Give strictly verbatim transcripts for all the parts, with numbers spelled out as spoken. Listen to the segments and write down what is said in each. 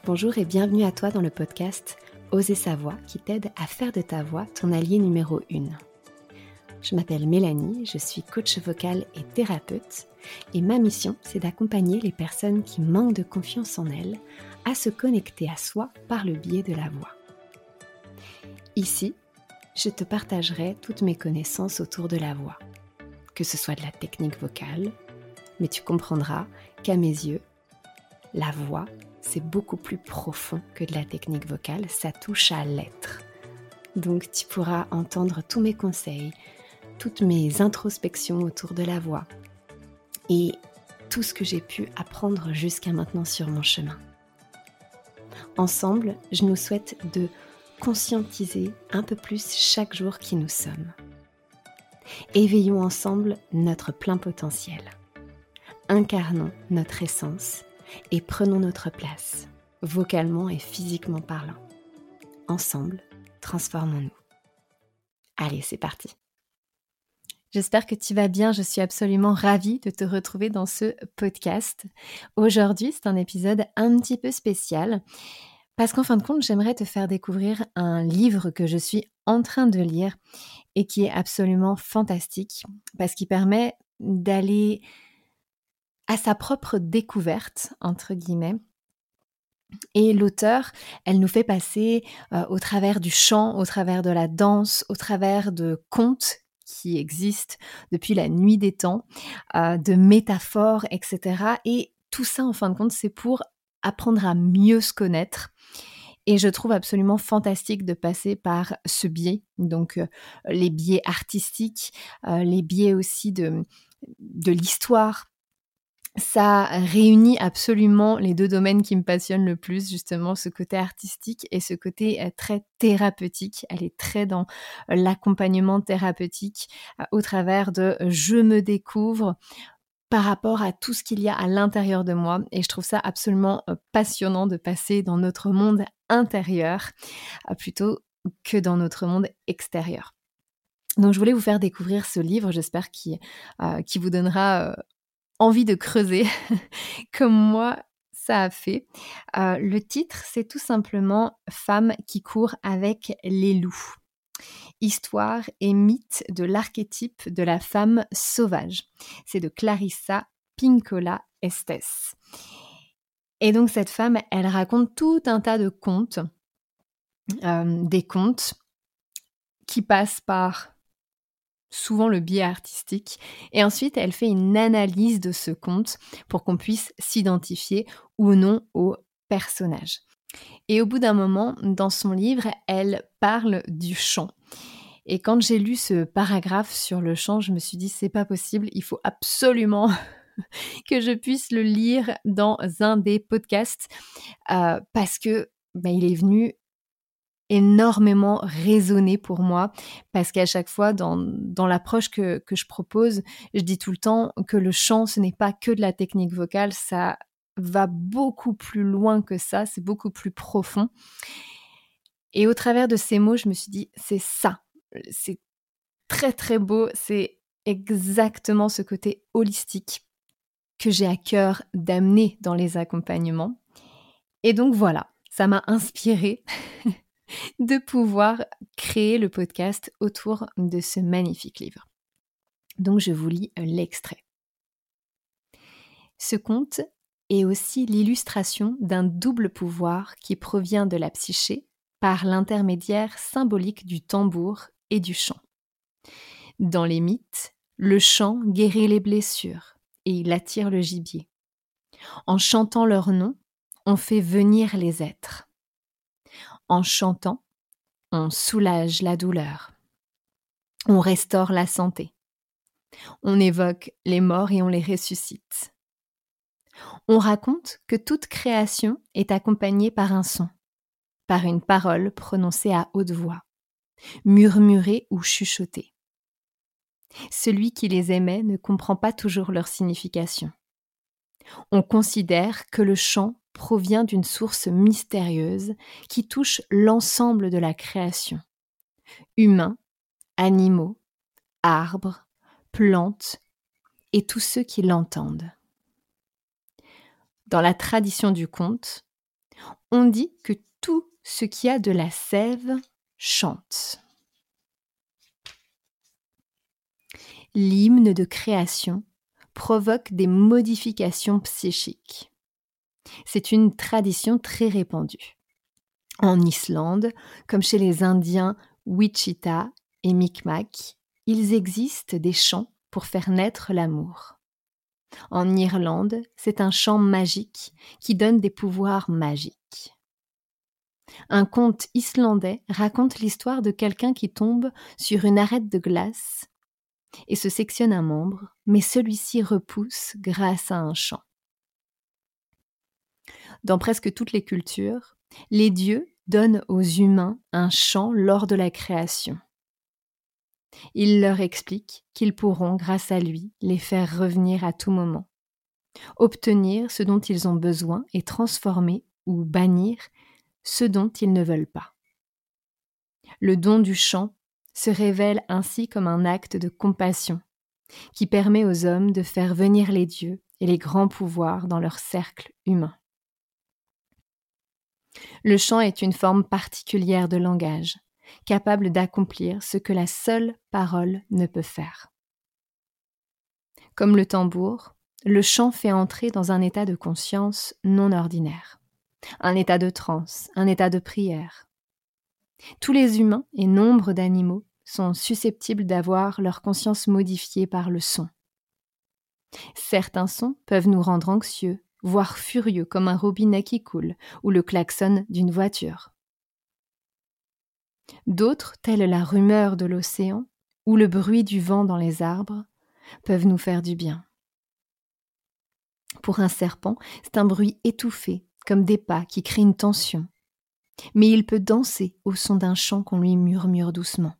Bonjour et bienvenue à toi dans le podcast Oser sa voix qui t'aide à faire de ta voix ton allié numéro une. Je m'appelle Mélanie, je suis coach vocale et thérapeute et ma mission c'est d'accompagner les personnes qui manquent de confiance en elles à se connecter à soi par le biais de la voix. Ici, je te partagerai toutes mes connaissances autour de la voix, que ce soit de la technique vocale, mais tu comprendras qu'à mes yeux, la voix, c'est beaucoup plus profond que de la technique vocale, ça touche à l'être. Donc tu pourras entendre tous mes conseils, toutes mes introspections autour de la voix et tout ce que j'ai pu apprendre jusqu'à maintenant sur mon chemin. Ensemble, je nous souhaite de conscientiser un peu plus chaque jour qui nous sommes. Éveillons ensemble notre plein potentiel. Incarnons notre essence et prenons notre place, vocalement et physiquement parlant. Ensemble, transformons-nous. Allez, c'est parti. J'espère que tu vas bien, je suis absolument ravie de te retrouver dans ce podcast. Aujourd'hui, c'est un épisode un petit peu spécial parce qu'en fin de compte, j'aimerais te faire découvrir un livre que je suis en train de lire et qui est absolument fantastique parce qu'il permet d'aller à sa propre découverte, entre guillemets. Et l'auteur, elle nous fait passer euh, au travers du chant, au travers de la danse, au travers de contes qui existent depuis la nuit des temps, euh, de métaphores, et cetera. Et tout ça, en fin de compte, c'est pour apprendre à mieux se connaître. Et je trouve absolument fantastique de passer par ce biais, donc euh, les biais artistiques, euh, les biais aussi de, de l'histoire. Ça réunit absolument les deux domaines qui me passionnent le plus, justement ce côté artistique et ce côté euh, très thérapeutique. Elle est très dans euh, l'accompagnement thérapeutique euh, au travers de euh, je me découvre par rapport à tout ce qu'il y a à l'intérieur de moi. Et je trouve ça absolument euh, passionnant de passer dans notre monde intérieur euh, plutôt que dans notre monde extérieur. Donc je voulais vous faire découvrir ce livre, j'espère qu'il, euh, qu'il vous donnera euh, envie de creuser, comme moi, ça a fait. Euh, le titre, c'est tout simplement « Femme qui court avec les loups ». Histoire et mythe de l'archétype de la femme sauvage. C'est de Clarissa Pinkola Estés. Et donc cette femme, elle raconte tout un tas de contes, euh, des contes qui passent par souvent le biais artistique, et ensuite elle fait une analyse de ce conte pour qu'on puisse s'identifier ou non au personnage. Et au bout d'un moment, dans son livre, elle parle du chant. Et quand j'ai lu ce paragraphe sur le chant, je me suis dit c'est pas possible, il faut absolument que je puisse le lire dans un des podcasts euh, parce que ben, il est venu énormément résonné pour moi parce qu'à chaque fois dans, dans l'approche que, que je propose, je dis tout le temps que le chant ce n'est pas que de la technique vocale, ça va beaucoup plus loin que ça, c'est beaucoup plus profond. Et au travers de ces mots, je me suis dit c'est ça, c'est très très beau, c'est exactement ce côté holistique que j'ai à cœur d'amener dans les accompagnements. Et donc voilà, ça m'a inspirée de pouvoir créer le podcast autour de ce magnifique livre. Donc je vous lis l'extrait. Ce conte est aussi l'illustration d'un double pouvoir qui provient de la psyché par l'intermédiaire symbolique du tambour et du chant. Dans les mythes, le chant guérit les blessures et il attire le gibier. En chantant leur nom, on fait venir les êtres. En chantant, on soulage la douleur. On restaure la santé. On évoque les morts et on les ressuscite. On raconte que toute création est accompagnée par un son, par une parole prononcée à haute voix, murmurée ou chuchotée. Celui qui les émet ne comprend pas toujours leur signification. On considère que le chant provient d'une source mystérieuse qui touche l'ensemble de la création. Humains, animaux, arbres, plantes et tous ceux qui l'entendent. Dans la tradition du conte, On dit que tout ce qui a de la sève chante. L'hymne de création provoque des modifications psychiques. C'est une tradition très répandue. En Islande, comme chez les Indiens Wichita et Micmac, il existe des chants pour faire naître l'amour. En Irlande, c'est un chant magique qui donne des pouvoirs magiques. Un conte islandais raconte l'histoire de quelqu'un qui tombe sur une arête de glace et se sectionne un membre, mais celui-ci repousse grâce à un chant. Dans presque toutes les cultures, les dieux donnent aux humains un chant lors de la création. Ils leur expliquent qu'ils pourront, grâce à lui, les faire revenir à tout moment, obtenir ce dont ils ont besoin et transformer ou bannir ce dont ils ne veulent pas. Le don du chant se révèle ainsi comme un acte de compassion qui permet aux hommes de faire venir les dieux et les grands pouvoirs dans leur cercle humain. Le chant est une forme particulière de langage, capable d'accomplir ce que la seule parole ne peut faire. Comme le tambour, le chant fait entrer dans un état de conscience non ordinaire, un état de transe, un état de prière. Tous les humains et nombre d'animaux sont susceptibles d'avoir leur conscience modifiée par le son. Certains sons peuvent nous rendre anxieux, voire furieux comme un robinet qui coule ou le klaxon d'une voiture. D'autres, tels la rumeur de l'océan ou le bruit du vent dans les arbres, peuvent nous faire du bien. Pour un serpent, c'est un bruit étouffé, comme des pas qui créent une tension. Mais il peut danser au son d'un chant qu'on lui murmure doucement.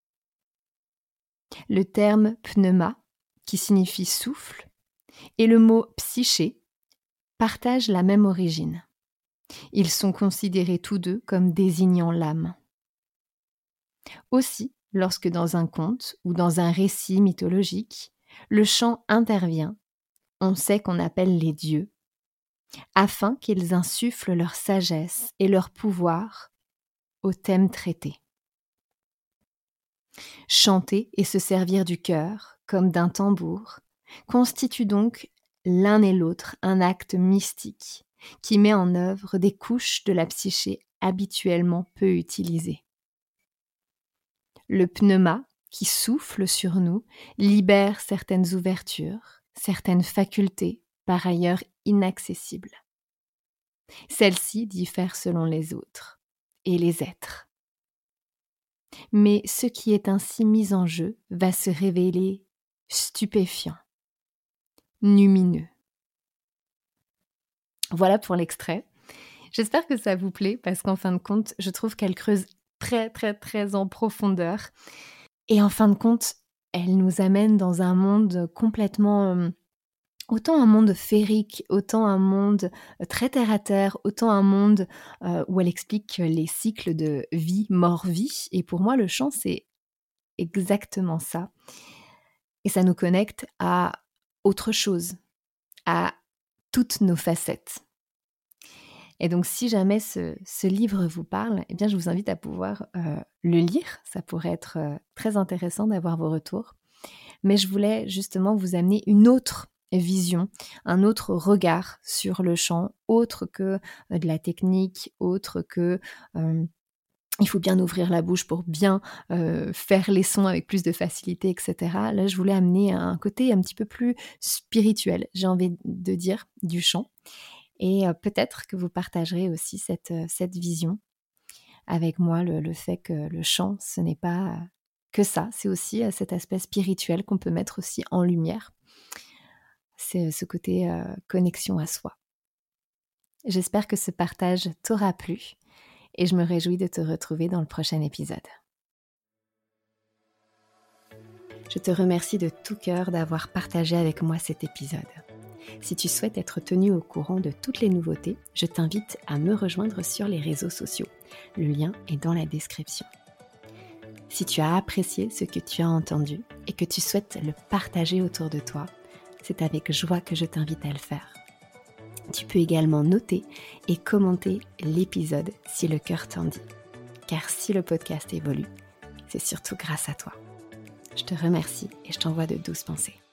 Le terme pneuma, qui signifie souffle, et le mot psyché partagent la même origine. Ils sont considérés tous deux comme désignant l'âme. Aussi, lorsque dans un conte ou dans un récit mythologique, le chant intervient, on sait qu'on appelle les dieux, afin qu'ils insufflent leur sagesse et leur pouvoir au thème traité. Chanter et se servir du cœur, comme d'un tambour, constitue donc l'un et l'autre un acte mystique qui met en œuvre des couches de la psyché habituellement peu utilisées. Le pneuma, qui souffle sur nous, libère certaines ouvertures, certaines facultés, par ailleurs inaccessibles. Celles-ci diffèrent selon les autres et les êtres. Mais ce qui est ainsi mis en jeu va se révéler stupéfiant, lumineux. Voilà pour l'extrait. J'espère que ça vous plaît parce qu'en fin de compte, je trouve qu'elle creuse très très très en profondeur. Et en fin de compte, elle nous amène dans un monde complètement... Euh, autant un monde féerique, autant un monde très terre-à-terre, autant un monde euh, où elle explique les cycles de vie, mort-vie. Et pour moi, le chant, c'est exactement ça. Et ça nous connecte à autre chose, à toutes nos facettes. Et donc, si jamais ce, ce livre vous parle, eh bien, je vous invite à pouvoir euh, le lire. Ça pourrait être euh, très intéressant d'avoir vos retours. Mais je voulais justement vous amener une autre vision, un autre regard sur le chant, autre que euh, de la technique, autre que... Euh, il faut bien ouvrir la bouche pour bien euh, faire les sons avec plus de facilité, et cetera. Là, je voulais amener un côté un petit peu plus spirituel, j'ai envie de dire, du chant. Et euh, peut-être que vous partagerez aussi cette, euh, cette vision avec moi, le, le fait que le chant, ce n'est pas euh, que ça, c'est aussi euh, cet aspect spirituel qu'on peut mettre aussi en lumière. C'est ce côté euh, connexion à soi. J'espère que ce partage t'aura plu. Et je me réjouis de te retrouver dans le prochain épisode. Je te remercie de tout cœur d'avoir partagé avec moi cet épisode. Si tu souhaites être tenu au courant de toutes les nouveautés, je t'invite à me rejoindre sur les réseaux sociaux. Le lien est dans la description. Si tu as apprécié ce que tu as entendu et que tu souhaites le partager autour de toi, c'est avec joie que je t'invite à le faire. Tu peux également noter et commenter l'épisode si le cœur t'en dit. Car si le podcast évolue, c'est surtout grâce à toi. Je te remercie et je t'envoie de douces pensées.